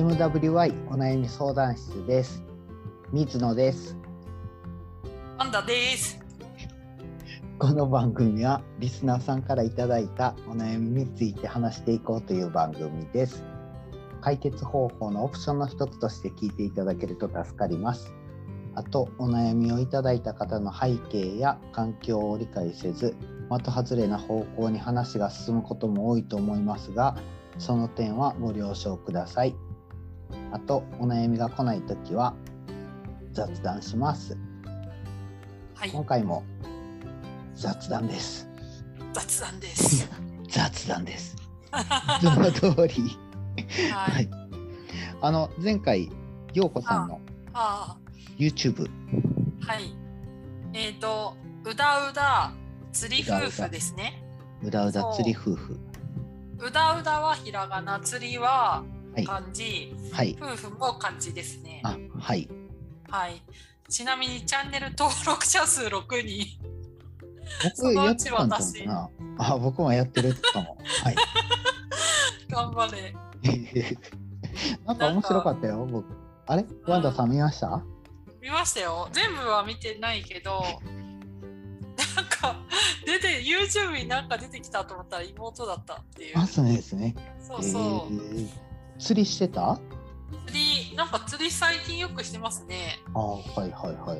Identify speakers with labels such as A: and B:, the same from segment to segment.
A: MWI お悩み相談室です。水野です。
B: パンダです。
A: この番組はリスナーさんからいただいたお悩みについて話していこうという番組です。解決方法のオプションの一つとして聞いていただけると助かります。あと、お悩みをいただいた方の背景や環境を理解せず、的外れな方向に話が進むことも多いと思いますが、その点はご了承ください。あと、お悩みが来ないときは雑談します。
B: はい、
A: 今回も雑談です。
B: 雑談です。
A: 雑談です。その通り。はい。前回陽子さんの YouTube。
B: はい。うだうだ釣り夫婦ですね。
A: うだうだ釣り夫婦。
B: うだうだはひらがな、釣りは漢字、
A: はい、
B: 夫婦も漢字ですね。
A: はい。
B: はい。ちなみにチャンネル登録者数6人。
A: 僕やってたんだな。僕もやってるかも。はい。
B: 頑張れ。
A: なんか面白かったよ。僕。あれ、ワンダさん見ました？
B: 見ましたよ。全部は見てないけど、なんかYouTube になんか出てきたと思ったら妹だったっていう。
A: そうですね。
B: そうそう。
A: 釣りしてた？
B: なんか釣り最近よくしてますね。
A: はいはいはい。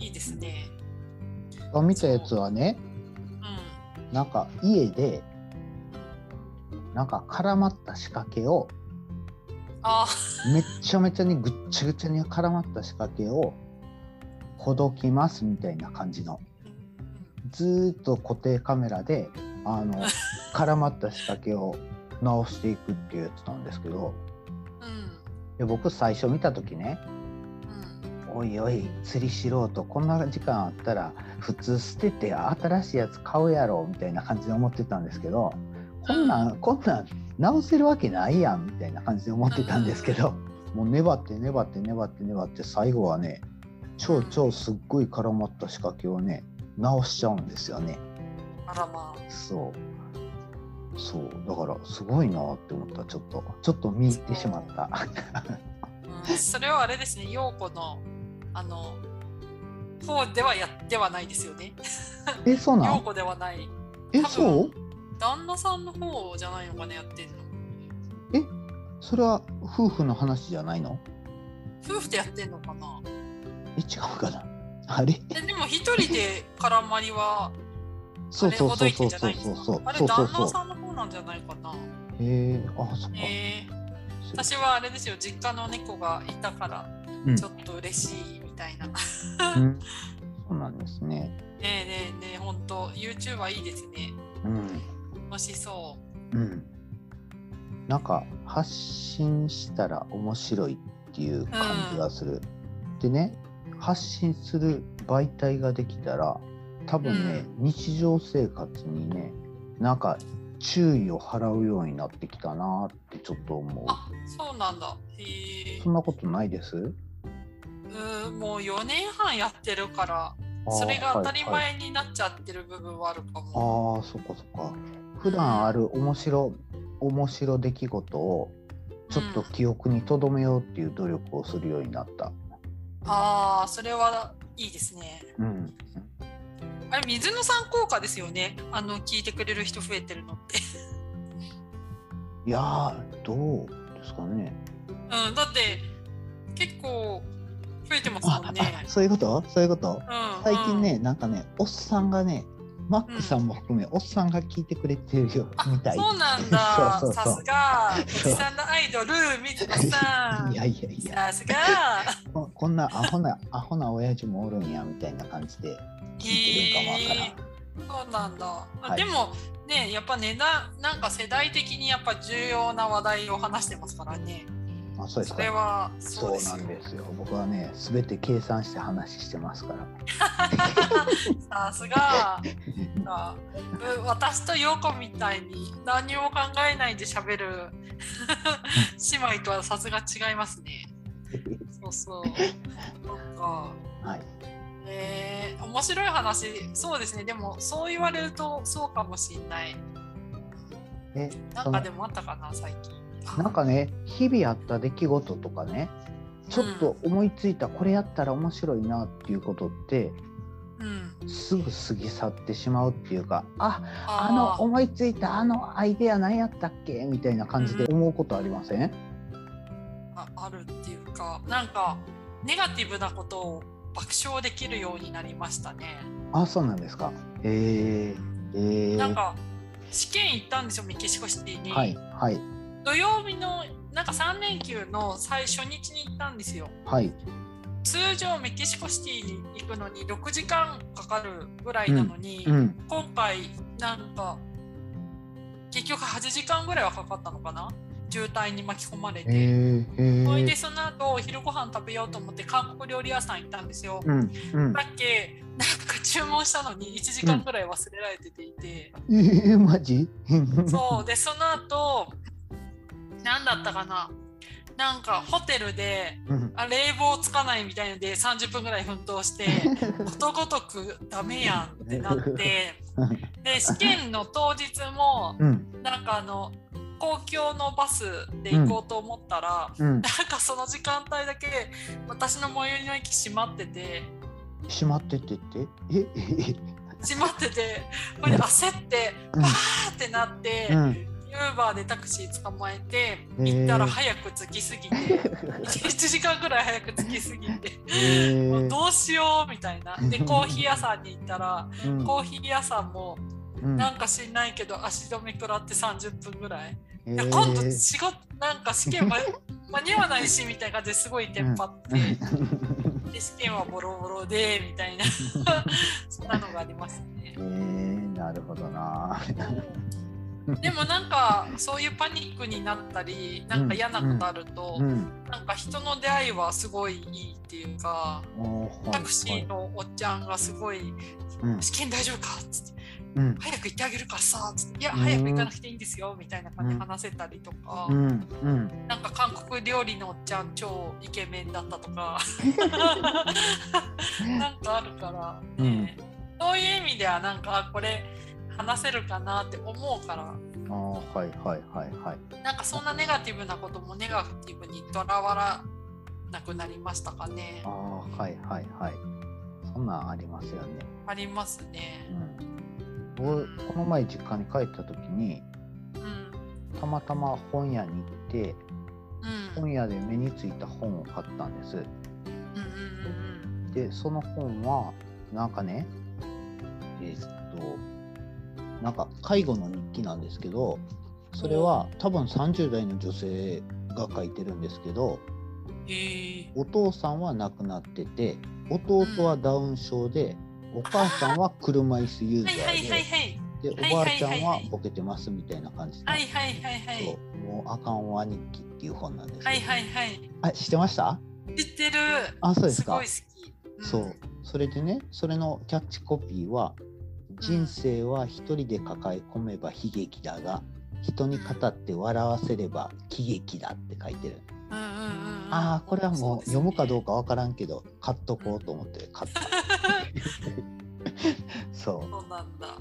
B: いいですね。
A: 見たやつはね、なんか家でなんか絡まった仕掛けをめっちゃめちゃにぐっちゃぐちゃに絡まった仕掛けをほどきますみたいな感じの、ずっと固定カメラで絡まった仕掛けを直していくっていうやつなんですけど、で僕最初見た時ね、おいおい釣り素人こんな時間あったら普通捨てて新しいやつ買うやろみたいな感じで思ってたんですけど、こんなん直せるわけないやんみたいな感じで思ってたんですけど、もう粘って最後はね、超すっごい絡まった仕掛けをね直しちゃうんですよね。
B: あらまあ。
A: そうだからすごいなって思った。ちょっと見入ってしまった。
B: それはあれですね、陽子の方ではやってはないですよね。
A: そうなん？
B: 陽子ではない。
A: そう？
B: 旦那さんの方じゃないのかな、やってんの。
A: それは夫婦の話じゃないの？
B: 夫婦でやってんのかな？
A: 違うかな。あれ？
B: でも一人で絡まりは
A: そう。
B: あれ旦那さんの方なんじゃないかな。そ
A: っか。
B: 私はあれですよ、実家の猫がいたからちょっと嬉しいみたいな。
A: そうなんですね。
B: ねえ本当 YouTuber いいですね。楽しそう。
A: なんか発信したら面白いっていう感じがする。でね、発信する媒体ができたら多分ね、日常生活にねなんか注意を払うようになってきたなってちょっと思う。
B: そうなんだ。
A: そんなことないです？
B: もう4年半やってるからそれが当たり前になっちゃってる部分はあるかも。
A: そっか。普段ある面白出来事をちょっと記憶に留めようっていう努力をするようになった。
B: それはいいですね。あれ水野さん効果ですよね。聞いてくれる人増えてるのって。
A: いやどうですかね。
B: だって結構増えてますもんね。
A: そういうこと？最近ね、なんかね、おっさんがね、マックさんも含め、おっさんが聞いてくれてるよみたい。
B: そうなんだ。さすがおじさんのアイドル水野さん。
A: いや。
B: さすが。
A: こんなアホな親父もおるんやみたいな感じで聞いてるんかもわからん。
B: そうなんだ。でもね、やっぱなんか世代的にやっぱ重要な話題を話してますからね。
A: そうですか。
B: それはそう
A: なんですよ。僕はね、すべて計算して話してますから。
B: さすが。私と陽子みたいに何も考えないで喋る姉妹とはさすが違いますね。そう。なんか。面白い話、そうですね。でもそう言われるとそうかもしれない。なんかでもあったかな最近。
A: なんかね、日々あった出来事とかね、ちょっと思いついた、これやったら面白いなっていうことって、すぐ過ぎ去ってしまうっていうか、思いついたアイデア何やったっけみたいな感じで思うことありません？
B: あるっていうか、なんかネガティブなことを爆笑できるようになりましたね。
A: そうなんですか。
B: なんか試験行ったんですよ、メキシコシティに。
A: はいはい。
B: 土曜日のなんか3連休の最初日に行ったんですよ。
A: はい。
B: 通常メキシコシティに行くのに6時間かかるぐらいなのに、今回なんか結局8時間ぐらいはかかったのかな、渋滞に巻き込まれて。それでその後昼ご飯食べようと思って韓国料理屋さん行ったんですよ。だっけなんか注文したのに1時間ぐらい忘れられてていて、
A: マジ？
B: そうで、その後何だったかな、なんかホテルで、冷房つかないみたいので30分ぐらい奮闘してことごとくダメやんってなってで、試験の当日も、なんか公共のバスで行こうと思ったら、なんかその時間帯だけ私の最寄りの駅閉まってて
A: 閉まっててって
B: 閉まってて、これで焦ってバーってなって、ウーバーでタクシー捕まえて行ったら早く着きすぎて、1時間ぐらい早く着きすぎて、もうどうしようみたいな。でコーヒー屋さんに行ったら、コーヒー屋さんもなんか知んないけど足止め食らって30分ぐらい、今度仕事なんか試験間に合わないしみたいな感じですごいテンパって、で試験はボロボロでみたいなそんなのがありますね。
A: なるほどな。
B: でもなんかそういうパニックになったりなんか嫌なことあると、なんか人の出会いはすごいいいっていうか、タクシーのおっちゃんがすごい、試験大丈夫かっつって、早く行ってあげるからさつって、いや早く行かなくていいんですよみたいな感じで話せたりとか、なんか韓国料理のおっちゃん超イケメンだったとかなんかあるからね、そういう意味ではなんかこれ話せるかなって思うから、なんかそんなネガティブなこともネガティブにとらわなくなりましたかね。
A: そんなんありますよね。
B: ありますね。
A: 僕この前実家に帰った時に、たまたま本屋に行って、本屋で目についた本を買ったんです。でその本はなんかね、なんか介護の日記なんですけど、それは多分30代の女性が書いてるんですけど、お父さんは亡くなってて、弟はダウン症で、お母さんは車椅子ユーザーで、おばあちゃんはボケてますみたいな感じで、もうあかんわ日記っていう本なんです。知ってました？
B: 知ってる。
A: そうですか。
B: すごい好き。
A: そう。それでね、それのキャッチコピーは、人生は一人で抱え込めば悲劇だが、人に語って笑わせれば喜劇だって書いてる。これはもう読むかどうかわからんけど買っとこうと思って買った。
B: そうなんだ。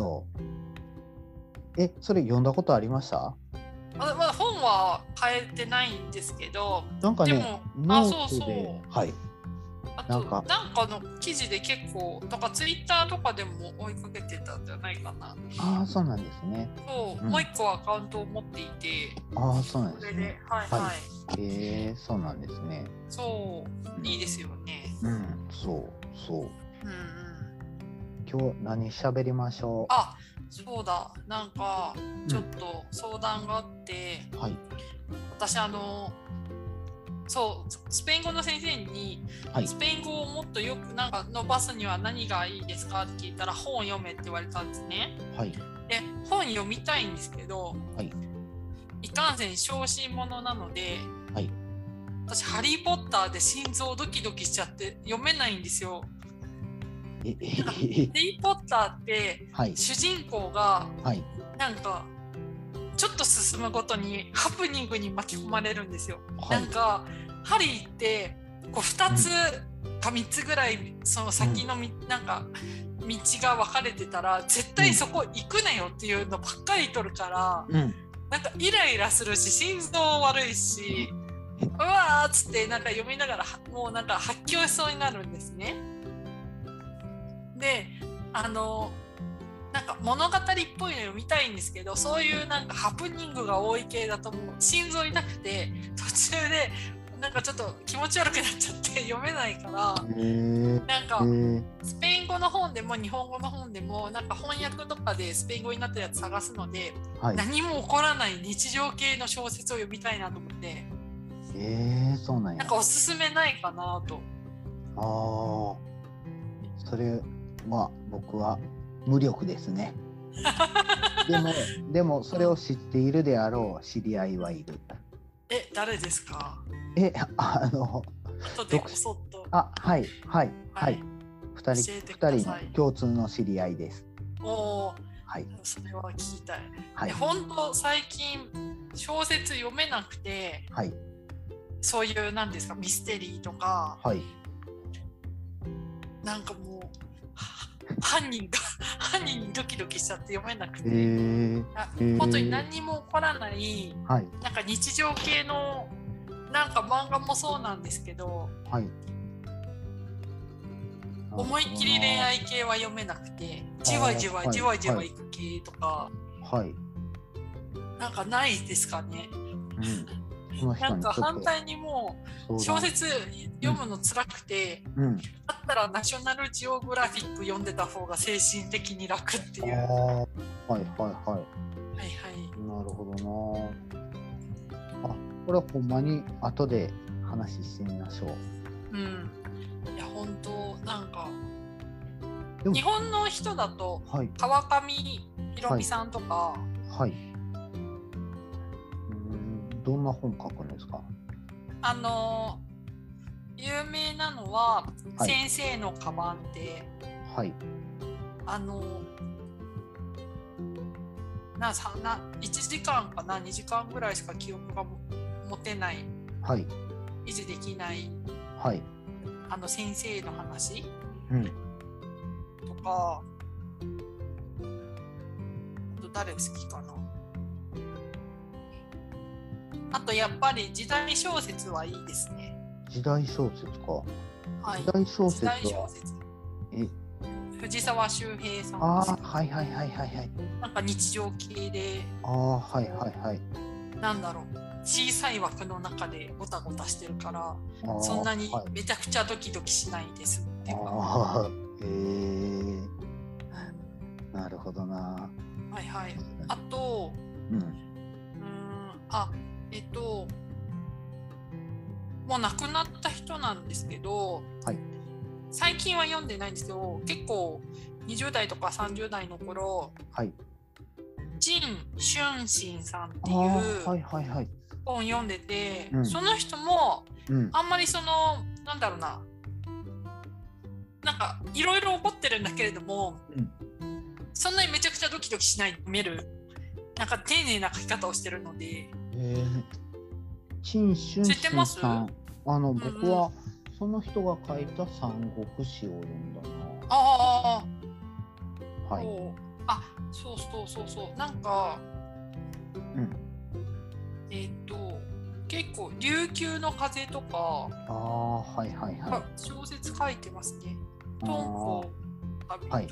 A: それ読んだことありました？
B: まだ本は買えてないんですけど、
A: なんかね、
B: でも
A: ノートで、
B: あとなんかの記事で結構なんかツイッターとかでも追いかけてたんじゃないかな。
A: そうなんですね。
B: もう一個アカウントを持っていて、
A: そうなんですね。そうなんですね。
B: いいですよね。
A: 今日何喋りましょう？
B: そうだ、なんかちょっと相談があって、私スペイン語の先生に、スペイン語をもっとよくなんか伸ばすには何がいいですかって聞いたら、本を読めって言われたんですね。で本読みたいんですけど、いかんせん小心者なので、私ハリー・ポッターで心臓ドキドキしちゃって読めないんですよ。ハリー・ポッターって、主人公がなんかちょっと進むごとにハプニングに巻き込まれるんですよ。なんかハリーってこう2つか3つぐらいその先のなんか道が分かれてたら絶対そこ行くなよっていうのばっかり取るから、 なんかイライラするし心臓悪いし、うわーっつってなんか読みながらもうなんか発狂しそうになるんですね。でなんか物語っぽいの読みたいんですけど、そういうなんかハプニングが多い系だともう心臓痛くて途中でなんかちょっと気持ち悪くなっちゃって読めないから、なんかスペイン語の本でも日本語の本でもなんか翻訳とかでスペイン語になったやつ探すので、はい、何も起こらない日常系の小説を読みたいなと思って、
A: そうなんや。
B: なんかおすすめないかなと。
A: それは僕は無力ですね。でもそれを知っているであろう知り合いはいる。
B: 誰ですか？
A: 後でこそっと。はい。2人の共通の知り合いです。
B: はい。それは聞きたい。はい。本当最近小説読めなくて、はい。そういうなんですかミステリーとか、はい。なんかもう犯人にドキドキしちゃって読めなくて、本当に何にも起こらない、はい、なんか日常系のなんか漫画もそうなんですけど、はい、思いっきり恋愛系は読めなくて、じわじわいく系とか、はい、なんかないですかね。なんか反対にもう小説読むの辛くて、だったらナショナルジオグラフィック読んでた方が精神的に楽っていう。はい。な
A: るほどな。これはほんまに後で話してみましょう。
B: いや本当なんか日本の人だと、川上弘美さんとか。はい。
A: どんな本書くんですか？
B: 有名なのは、先生のカバンで、はい、1時間かな2時間ぐらいしか記憶が持てない、はい、維持できない、はい、先生の話、とか、あと誰好きかな。あとやっぱり時代小説はいいですね。
A: 時代小説か。はい。時代小説は。
B: 藤沢周平さん。
A: はい。
B: なんか日常系で。
A: はい。
B: なんだろう。小さい枠の中でゴタゴタしてるから、そんなにめちゃくちゃドキドキしないですっていうか。
A: なるほどな。
B: はい。あと、もう亡くなった人なんですけど、はい、最近は読んでないんですけど、結構20代とか30代の頃、はい、陳春心さんっていう本読んでて、その人もあんまりなんだろうな、なんかいろいろ起こってるんだけれども、そんなにめちゃくちゃドキドキしないで読める、なんか丁寧な書き方をしてるので。
A: 陳春心さん、僕はその人が書いた三国志を読んだな。はい。そうなんか、結構琉球の風とか、はい。小説書いてますね。敦煌旅。はい。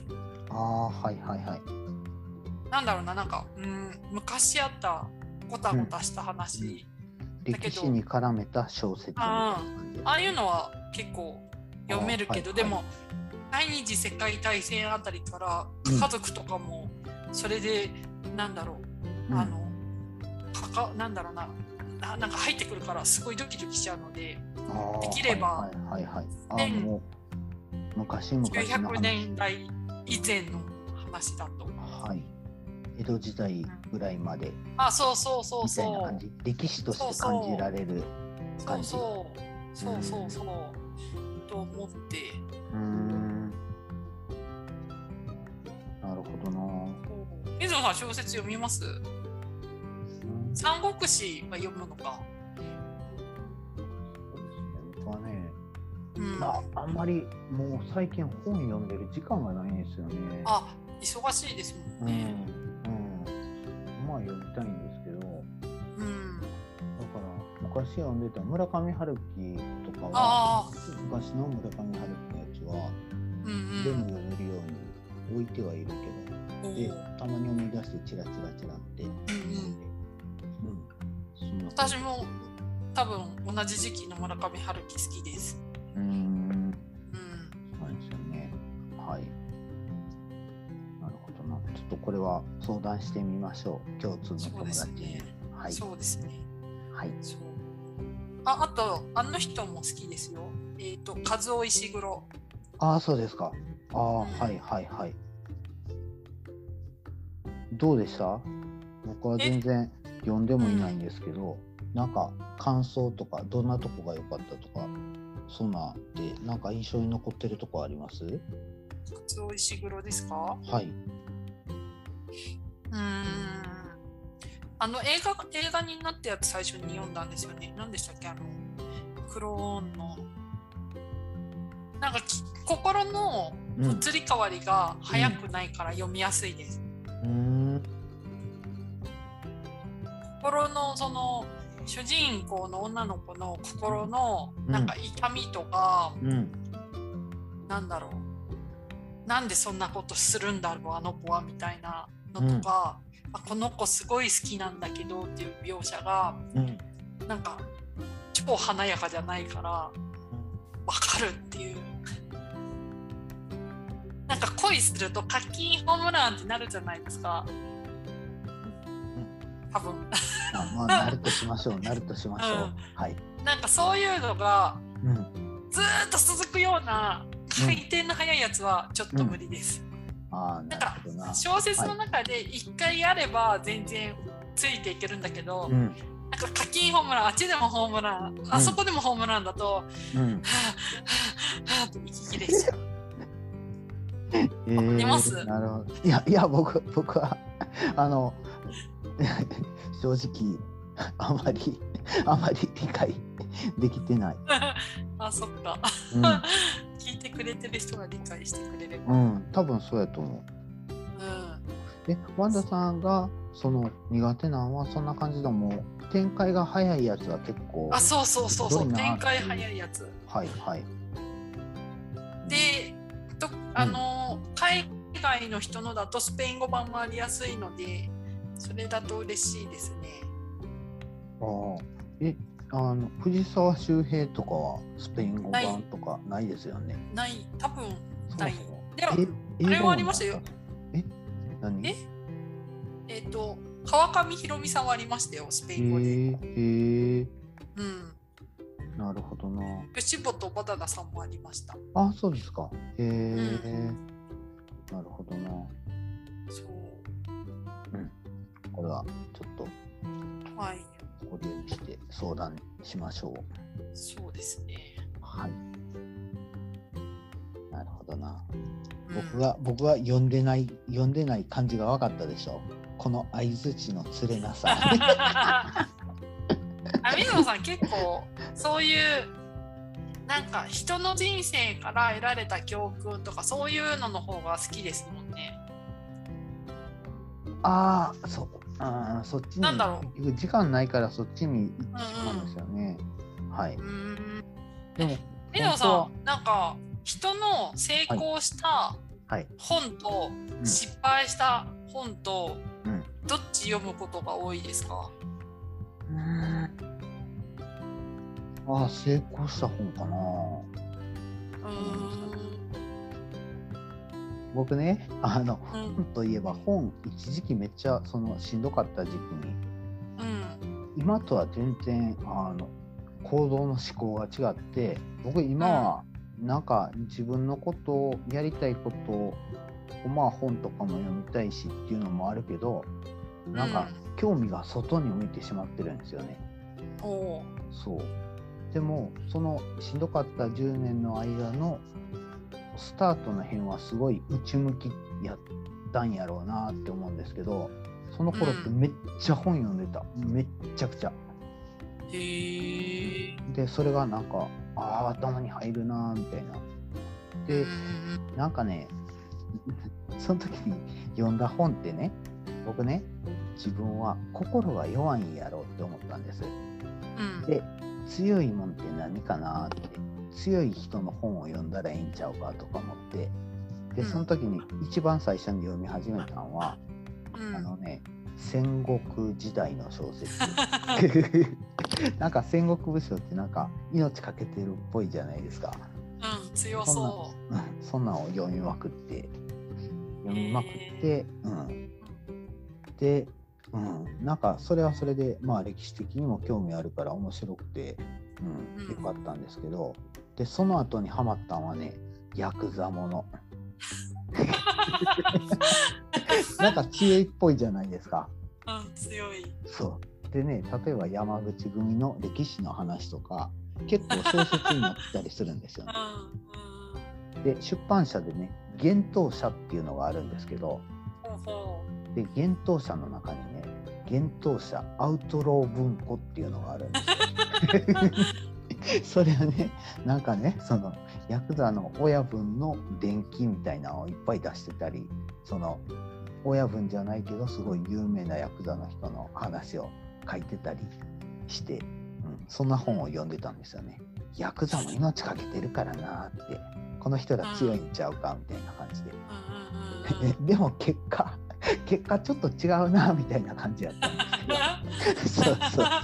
A: なんだろうな、なんか昔あったゴタゴタした話。 歴史に絡めた小説、
B: ああいうのは結構読めるけど、でも第二次世界大戦あたりから家族とかもそれでなんだろう、なんだろうな、なんか入ってくるからすごいドキドキしちゃうので、できれば
A: 昔々
B: 900年代以前の話だと。
A: はい。江戸時代ぐらいまで、
B: そう
A: みたいな感じ、歴史として感じられる感じ。
B: そうと思って。
A: なるほどな。
B: 水野さん小説読みます？三国志は読むのか。
A: 僕はね、あんまりもう最近本読んでる時間がないんですよね。
B: 忙しいですもんね。
A: まあ読みたいんですけど、 昔読んでた村上春樹とかは、昔の村上春樹のやつは、でも読めるように置いてはいるけど、でたまに思い出してチラチラチラって、
B: 私も多分同じ時期の村上春樹好きです。
A: そうですよね。はい。なるほどな。ちょっとこれは相談してみましょう。共通の友達に。はい。
B: そうですね。
A: はい。
B: あとあの人も好きですよ。和尾石黒。
A: ああ、そうですか。ああ、はいはいはい。どうでした？僕は全然読んでもいないんですけど、なんか感想とかどんなとこが良かったとか、そんなでなんか印象に残ってるとこあります？
B: 和尾石黒ですか？
A: はい。
B: 映画になったやつ最初に読んだんですよね。何でしたっけ？クローンのなんか心の移り変わりが早くないから読みやすいです。心のその主人公の女の子の心のなんか痛みとか、なんだろう、なんでそんなことするんだろうあの子はみたいなのとか、この子すごい好きなんだけどっていう描写が、なんか超華やかじゃないから分かるっていう。なんか恋すると課金ホームランってなるじゃないですか。多分
A: なるとしましょう。なるとしましょう。はい。
B: なんかそういうのが、ずっと続くような回転の速いやつはちょっと無理です。なんか小説の中で一回やれば全然ついていけるんだけど、なんか課金ホームラン、あっちでもホームラン、あそこでもホームランだと、はぁはぁはぁと息切れしちゃう。出ます？
A: なるほど。いや僕は正直あまり理解できてない。
B: あ、そっか。聞いてくれてる人が理解してくれれば。
A: 多分そうやと思う。ワンダさんがその苦手なのはそんな感じでも展開が早いやつは結構。
B: あ、そう展開早いやつ。
A: はいはい。
B: で、海外の人のだとスペイン語版もありやすいので、それだと嬉しいですね。
A: 藤沢周平とかはスペイン語版とかないですよね。
B: ない、多分ない。でもあれはありましたよ。
A: 何？
B: 川上ひろみさんはありましたよ、スペイン語で。
A: なるほどな。
B: 吉本バナナさんもありました。
A: あ、そうですか。なるほどな。
B: そう。
A: これはちょっと保留にして相談しましょう。
B: そうですね。
A: はい。なるほどな。僕が読んでない感じが分かったでしょ。この相づちの釣れなさ。
B: 水野さん結構そういうなんか人の人生から得られた教訓とかそういうのの方が好きですもんね。
A: そっちに
B: なんだろう、
A: 時間ないからそっちに行ってしまうんですよね。はい。
B: でも水野さんなんか人の成功した本と失敗した本とどっち読むことが多いですか？
A: 成功した本かな。僕ね、本といえば本一時期めっちゃしんどかった時期に、今とは全然行動の思考が違って、僕今はなんか自分のことをやりたいことを本とかも読みたいしっていうのもあるけど、なんか興味が外に向いてしまってるんですよね。そうでもそのしんどかった10年の間のスタートの辺はすごい内向きやったんやろうなって思うんですけど、その頃ってめっちゃ本読んでた、めっちゃくちゃ。でそれがなんか頭に入るなみたいな。でなんかねその時に読んだ本ってね、僕ね自分は心が弱いんやろうって思ったんです。
B: うん、
A: で強いもんって何かなって、強い人の本を読んだらいいんちゃうかとか思って、でその時に一番最初に読み始めたのは、戦国時代の小説なんか戦国武将ってなんか命かけてるっぽいじゃないですか。
B: 強そう。
A: そんなんを読みまくって、で、なんかそれはそれでまあ歴史的にも興味あるから面白くて、よかったんですけど、でその後にハマったのはね、ヤクザものなんか強いっぽいじゃないですか。
B: 強い。
A: そうでね、例えば山口組の歴史の話とか結構小説になったりするんですよね。で出版社でね、幻冬舎っていうのがあるんですけど、で幻冬舎の中にね、幻冬舎アウトロー文庫っていうのがあるんですよそれはね、なんかね、そのヤクザの親分の伝記みたいなのをいっぱい出してたり、その親分じゃないけどすごい有名なヤクザの人の話を書いてたりして、そんな本を読んでたんですよね。ヤクザも命かけてるからなって、この人ら強いんちゃうかみたいな感じででも結果ちょっと違うなみたいな感じやったんですけどそう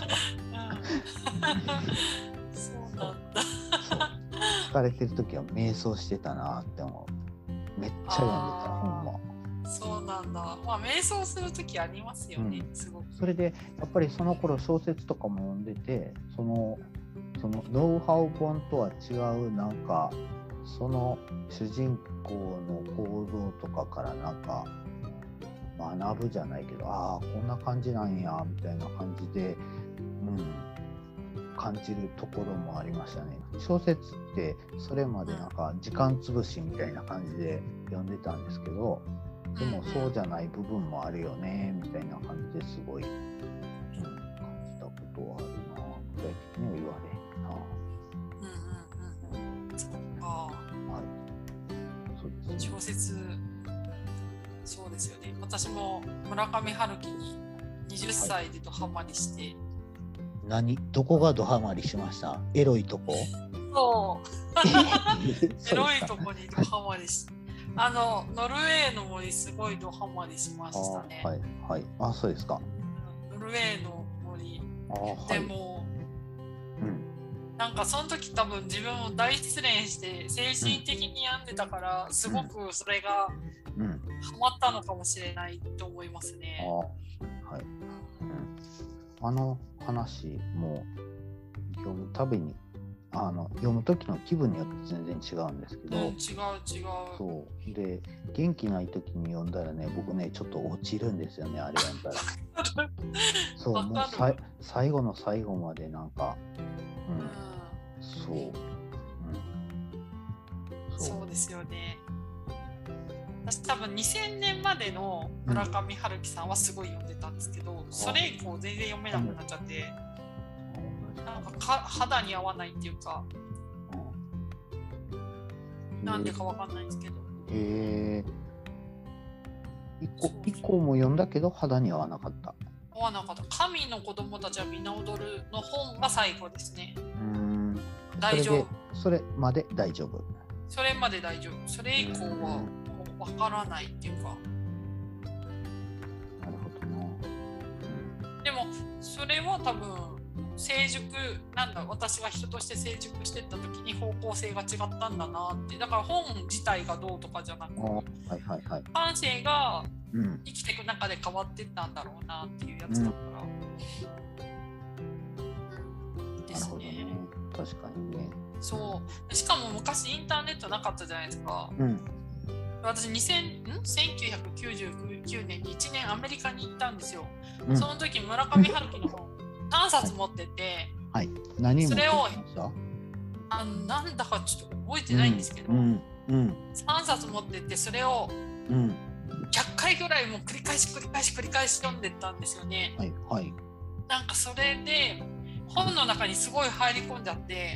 A: 疲れてる時は瞑想してたなって思う。めっちゃ読んでた本も。
B: そうなんだ。まあ瞑想する時ありますよね、すごく。
A: それでやっぱりその頃小説とかも読んでて、そのノウハウ本とは違う、なんかその主人公の行動とかからなんか学ぶじゃないけど、こんな感じなんやみたいな感じで、感じるところもありましたね。小説ってそれまでなんか時間つぶしみたいな感じで読んでたんですけど、でもそうじゃない部分もあるよねみたいな感じですごい、感じたことはあるな。具体的には言われ
B: 小説、そうですよね。私も村上春樹に20歳でドハマりして、
A: どこがドハマりしました？エロいとこ？
B: そうエロいとこにドハマりして、ノルウェーの森すごいドハマりしましたね。
A: そうですか。
B: ノルウェーの森でも、なんかその時多分自分も大失恋して精神的に病んでたから、すごくそれがハマったのかもしれないと思いますね。
A: あの話も読むたびに読む時の気分によって全然違うんですけど、
B: 違う
A: そうで、元気ない時に読んだらね、僕ねちょっと落ちるんですよね、あれ読んだらそう、もう最後の最後までなんか、
B: そうですよね。私多分2000年までの村上春樹さんはすごい読んでたんですけど、それ以降全然読めなくなっちゃって、なんか肌に合わないっていうか、なんでかわかんないんですけど。
A: 一個も読んだけど肌に合わなかった。
B: 合わなかった。神の子供たちはみんな踊るの本が最後ですね。大丈夫。
A: それまで大丈夫。
B: それまで大丈夫。それ以降はもうわからないっていうか。
A: なるほどな。
B: でもそれは多分成熟私が人として成熟してった時に方向性が違ったんだなって。だから本自体がどうとかじゃなく、感性が生きていく中で変わってったんだろうなっていうやつだから、ですね。
A: 確かにね。
B: そうしかも昔インターネットなかったじゃないですか。私1999年に1年アメリカに行ったんですよ。その時村上春樹の本3冊持ってて、
A: 何
B: それをなんだかちょっと覚えてないんですけど、3冊持ってて、それを100回ぐらいも繰り返し読んでったんですよね。なんかそれで本の中にすごい入り込んじゃって、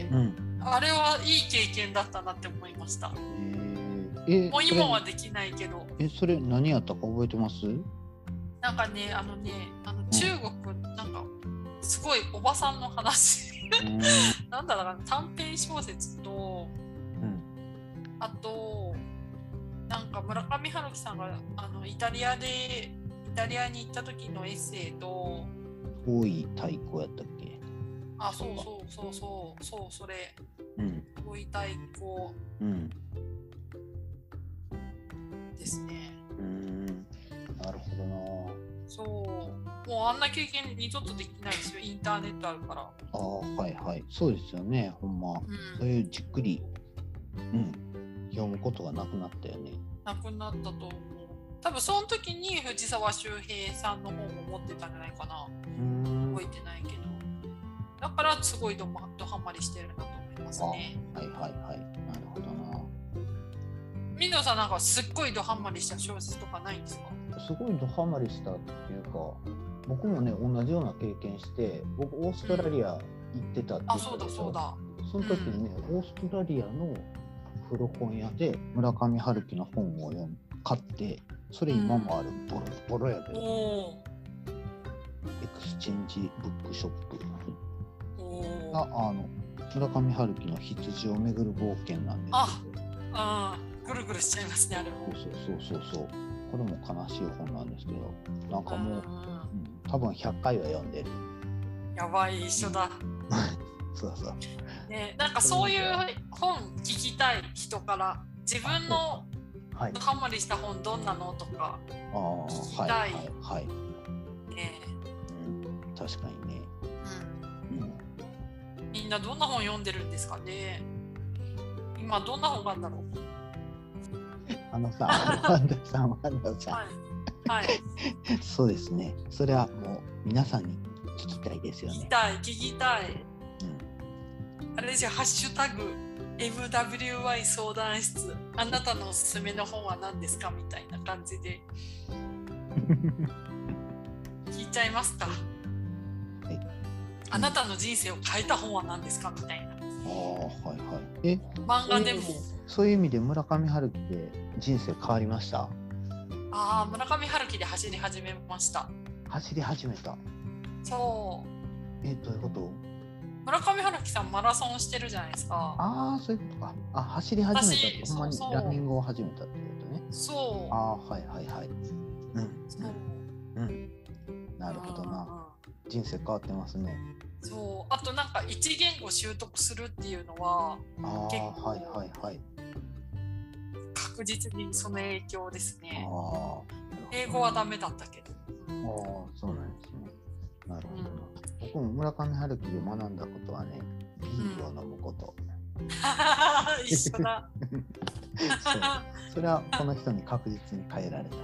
B: あれはいい経験だったなって思いました。もう今はできないけど。
A: それ何やったか覚えてます？
B: なんかね、中国、なんかすごいおばさんの話なんだろうな、短編小説と、あとなんか村上春樹さんがイタリアに行った時のエッセイと、
A: 遠い太鼓やったっけ？
B: あ、そうそれ、遠い太鼓ですね。
A: なるほどな。
B: そう、もうあんな経験二度とできないですよ、インターネットあるから。
A: はいはい、そうですよね、ほんま、そういうじっくり、読むことがなくなったよね。
B: なくなったと思う。多分その時に藤沢周平さんの本も持ってたんじゃないかな。覚えてないけど。だからすごいドハマりしてるなと思いますね。
A: はいはいはい、なるほどな。
B: 水野さんなんかすっごいドハマりした小説とかないんですか？
A: すごいドハマりしたっていうか、僕もね同じような経験して、僕オーストラリア行ってたって言ったでしょ。
B: そうだ。
A: その時にね、オーストラリアの古本屋で村上春樹の本を買って、それ今もある、ボロやで、エクスチェンジブックショップが村上春樹の羊をめぐる冒険なんですけど、
B: ぐるぐるしちゃいますね、あれも。
A: そう、これも悲しい本なんですけど、なんかもう、多分100回は読んでる。
B: やばい、一緒だ。
A: そう
B: ね、なんかそういう本聞きたい人から自分のドハマりした本どんなのとか聞きたい。ね、
A: 確かにね。
B: みんなどんな本読んでるんですかね。今どんな本があるんだろう。
A: ワンダさん、そうですね。それはもう皆さんに聞きたいですよね。
B: 聞きたい。あれですよ、ハッシュタグ MWY 相談室、あなたのおすすめの本は何ですかみたいな感じで聞いちゃいますか。あなたの人生を変えた本は何ですかみたいな。漫画でも
A: そういう意味で村上春樹で人生変わりました？
B: 村上春樹で走り始めました。
A: 走り始めた。
B: そう。
A: どういうこと？
B: 村上春樹さんマラソンしてるじゃないですか。
A: そういうことか。走り始めたってほんまにランニングを始めたってことね。
B: そう。
A: はい。なるほどな。人生変わってますね。
B: そう。あとなんか一言語習得するっていうのは結構確実にその影響ですね。英語はダメだったけど。
A: そうなんですね。なるほどな。僕も村上春樹で学んだことはね、ビールを飲むこと。
B: 一緒だ。
A: それはこの人に確実に変えられた。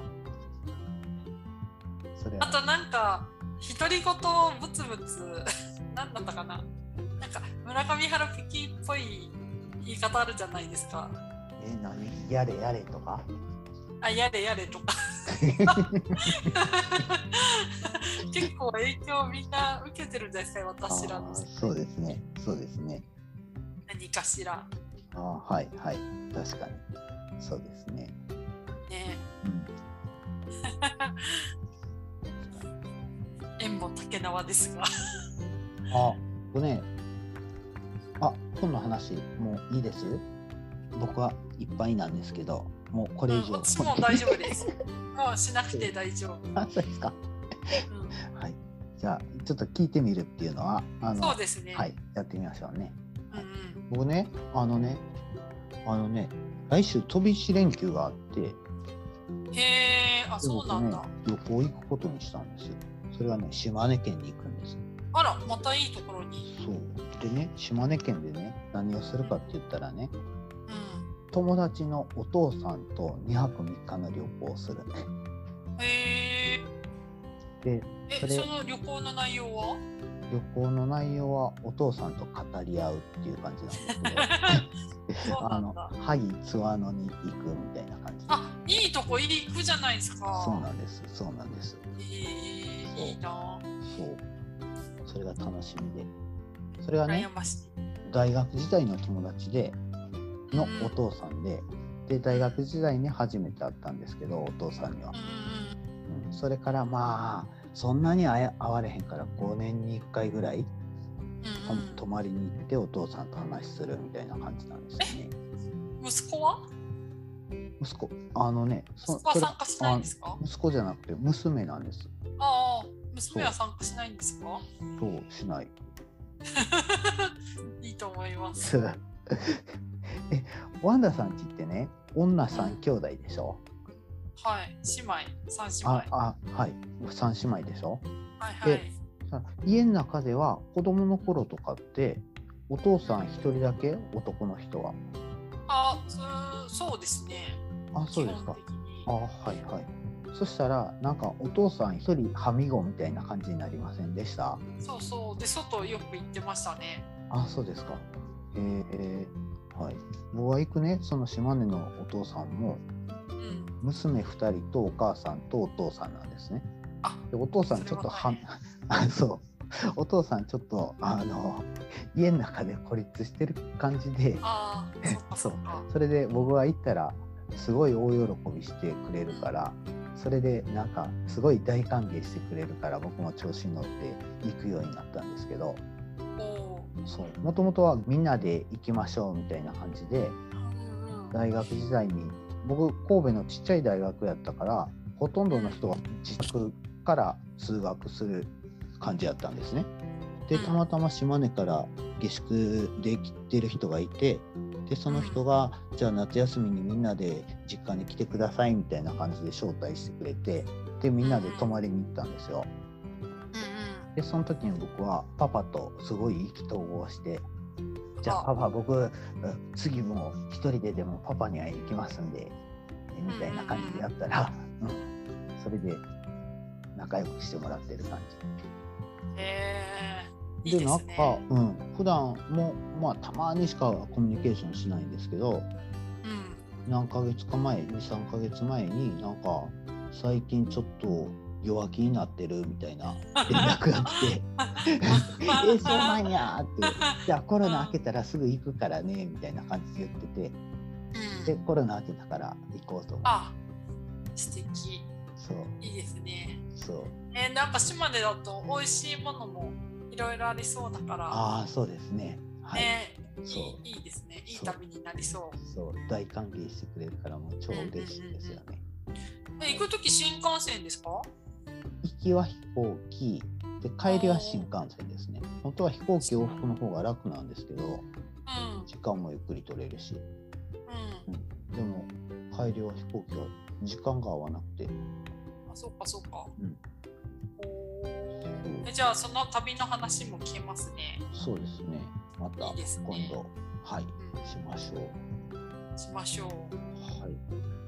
B: あとなんか独り言をブツブツ何だったかな。なんか村上春樹っぽい言い方あるじゃないですか。
A: 何？やれやれとか？
B: やれやれとか。結構影響みんな受けてるんじゃないですか、私らの。
A: そうですね。
B: 何かしら。
A: はい、確かに。そうですね。
B: 縁も竹縄ですが。
A: 本の話もういいです？僕はいっぱいなんですけど、もうこれ以上。
B: 私も大丈夫です。もうしなくて大丈夫。
A: そうですか。はい。じゃあちょっと聞いてみるっていうのは
B: そうですね。
A: はい、やってみましょうね。僕ね、来週飛び石連休があって、
B: そうなんだ。
A: 旅行行くことにしたんです。それはね、島根県に行くんです。
B: あら、またいいところに。
A: そうでね、島根県でね、何をするかって言ったらね、友達のお父さんと2泊3日の旅行をするね。で、
B: その旅行の内容は？
A: 旅行の内容はお父さんと語り合うっていう感じなんですけど萩津和野に行くみたいな感じ。
B: いいとこ行くじゃないですか。
A: そうなんです。
B: いいな。
A: そう。それが楽しみで。それはね、大学時代の友達のお父さんで、大学時代に初めて会ったんですけど、お父さんには。 それからまあそんなに会われへんから5年に1回ぐらい、泊まりに行ってお父さんと話するみたいな感じなんですよね。
B: 息子は？
A: 息子
B: 息子は参加しないんですか？
A: 息子じゃなくて娘なんです。
B: ああ、娘は参加しないんですか？
A: そうしない。
B: いいと思います。
A: ワンダさんちってね、女3兄弟でしょ。
B: はい、姉妹、3姉妹。
A: はい、3姉妹でしょ。
B: はいはい。
A: で、家の中では子供の頃とかってお父さん1人だけ、男の人は。
B: そうですね。
A: そうですか。はいはい。そしたらなんかお父さん1人はみごみたいな感じになりませんでした？
B: そうそうで、外よく行ってましたね。
A: そうですか。はい。僕が行くね、その島根のお父さんも、娘2人とお母さんとお父さんなんですね。でお父さんちょっとお父さんちょっと家の中で孤立してる感じで、それで僕が行ったらすごい大喜びしてくれるから、それでなんかすごい大歓迎してくれるから、僕も調子に乗って行くようになったんですけど、もともとはみんなで行きましょうみたいな感じで、大学時代に僕神戸のちっちゃい大学やったから、ほとんどの人は自宅から通学する感じやったんですね。でたまたま島根から下宿で来てる人がいて、でその人がじゃあ夏休みにみんなで実家に来てくださいみたいな感じで招待してくれて、でみんなで泊まりに行ったんですよ。でその時に僕はパパとすごい意気投合して、じゃあパパ僕次も一人ででもパパに会いに行きますんで、みたいな感じでやったら、それで仲良くしてもらってる感じ。でなんか、普段もまあたまにしかコミュニケーションしないんですけど、何ヶ月か前、2、3ヶ月前になんか最近ちょっと弱気になってるみたいな連絡が来てそうなんやって、じゃあコロナ明けたらすぐ行くからねみたいな感じで言ってて、でコロナ明けたから行こうと思って。
B: 素敵。
A: そう
B: いいですね。
A: そう。
B: なんか島根だと美味しいものもいろいろありそうだから。
A: そうですね。はい。
B: いいですね。いい旅になりそう。
A: そう、大歓迎してくれるからもう超嬉しいですよね。
B: 行くとき新幹線ですか？
A: 行きは飛行機で、帰りは新幹線ですね。本当は飛行機往復の方が楽なんですけど、時間もゆっくり取れるし、でも帰りは飛行機は時間が合わなくて。
B: そうかそうか。じゃあその旅の話も聞けますね。
A: そうですね。また今度はい、しましょう。はい。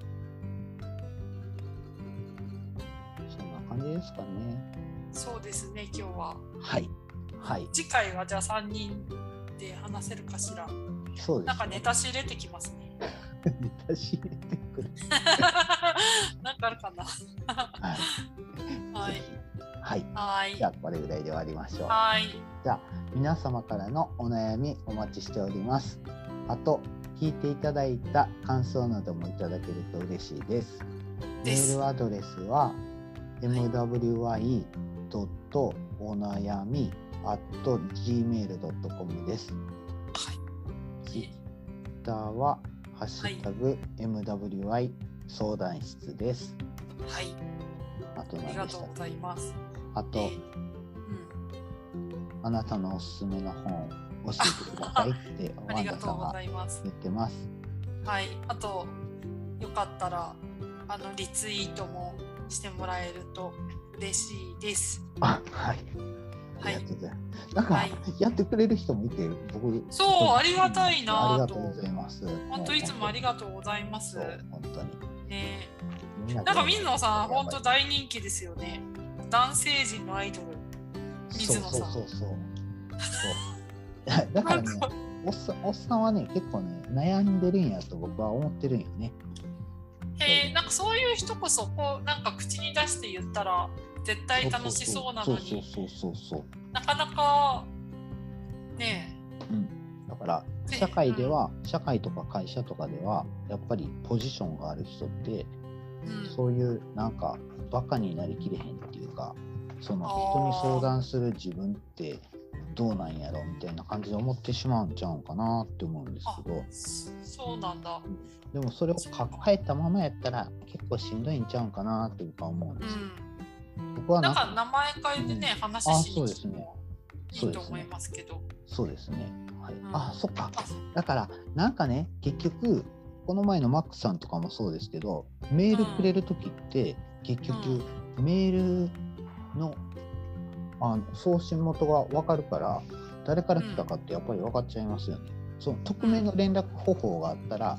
A: そんな感じですかね。
B: そうですね、今日は。
A: はいはい。
B: 次回はじゃあ3人で話せるかしら。
A: そうですね。
B: なんかネタ仕入れてきますね。
A: ネタ仕入れてくる。
B: なんかあるかな。はい。
A: はい。じゃあこれぐらいで終わりましょう。
B: はい。
A: じゃあ皆様からのお悩みお待ちしております。あと聞いていただいた感想などもいただけると嬉しいです。メールアドレスは mwy.onayami@gmail.com です。はい。ツイッターはハッシュタグ MWI 相談室です。
B: はい。ありがとうございます。
A: あと、あなたのおすすめの本教えてくださいってワンダさんが言ってます。
B: はい。あとよかったらリツイートもしてもらえると嬉しいです。
A: はい。ありがとうございます。なんか、やってくれる人もいて、僕
B: そうありがたいな。
A: ありがとうございます。
B: 本当いつもありがとうございます。
A: 本当に。
B: なんか水野さん本当大人気ですよね。男性陣のアイドル水野さん。そう。
A: だからね、おっさんはね結構ね悩んでるんやと僕は思ってるんよね。
B: なんかそういう人こそこうなんか口に出して言ったら絶対楽しそうなのに、なかなかね
A: え。だから社会とか会社とかではやっぱりポジションがある人ってそういうなんかバカになりきれへんっていうか、その人に相談する自分ってどうなんやろみたいな感じで思ってしまうんちゃうんかなって思うんですけど。
B: そうなんだ。
A: でもそれを抱えたままやったら結構しんどいんちゃうんかなって僕は思うんですよ。
B: 僕はなんか名前変えてね、話しに来てもいいと思いますけど。
A: そうですね。はい。そっか。だからなんかね、結局この前のマックさんとかもそうですけど、メールくれる時って結局メールの送信元が分かるから誰から来たかってやっぱり分かっちゃいますよね。その匿名の連絡方法があったら、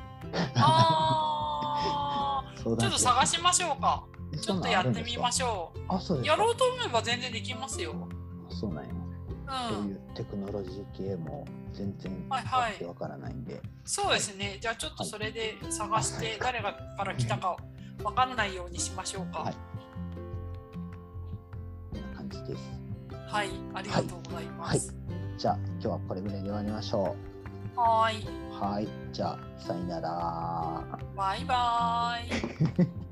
B: ちょっと探しましょうか。ちょっとやってみましょう。
A: そうです。
B: やろうと思えば全然できますよ。
A: そうなんや。そういうテクノロジー系も全然わからないんで。
B: そうですね。じゃあちょっとそれで探して誰がから来たか分かんないようにしましょうか。
A: こんな感じです。
B: はい、ありがとうございます。
A: じゃあ今日はこれぐらいで終わりましょ
B: う。はい。
A: じゃあさよなら。
B: バイバイ。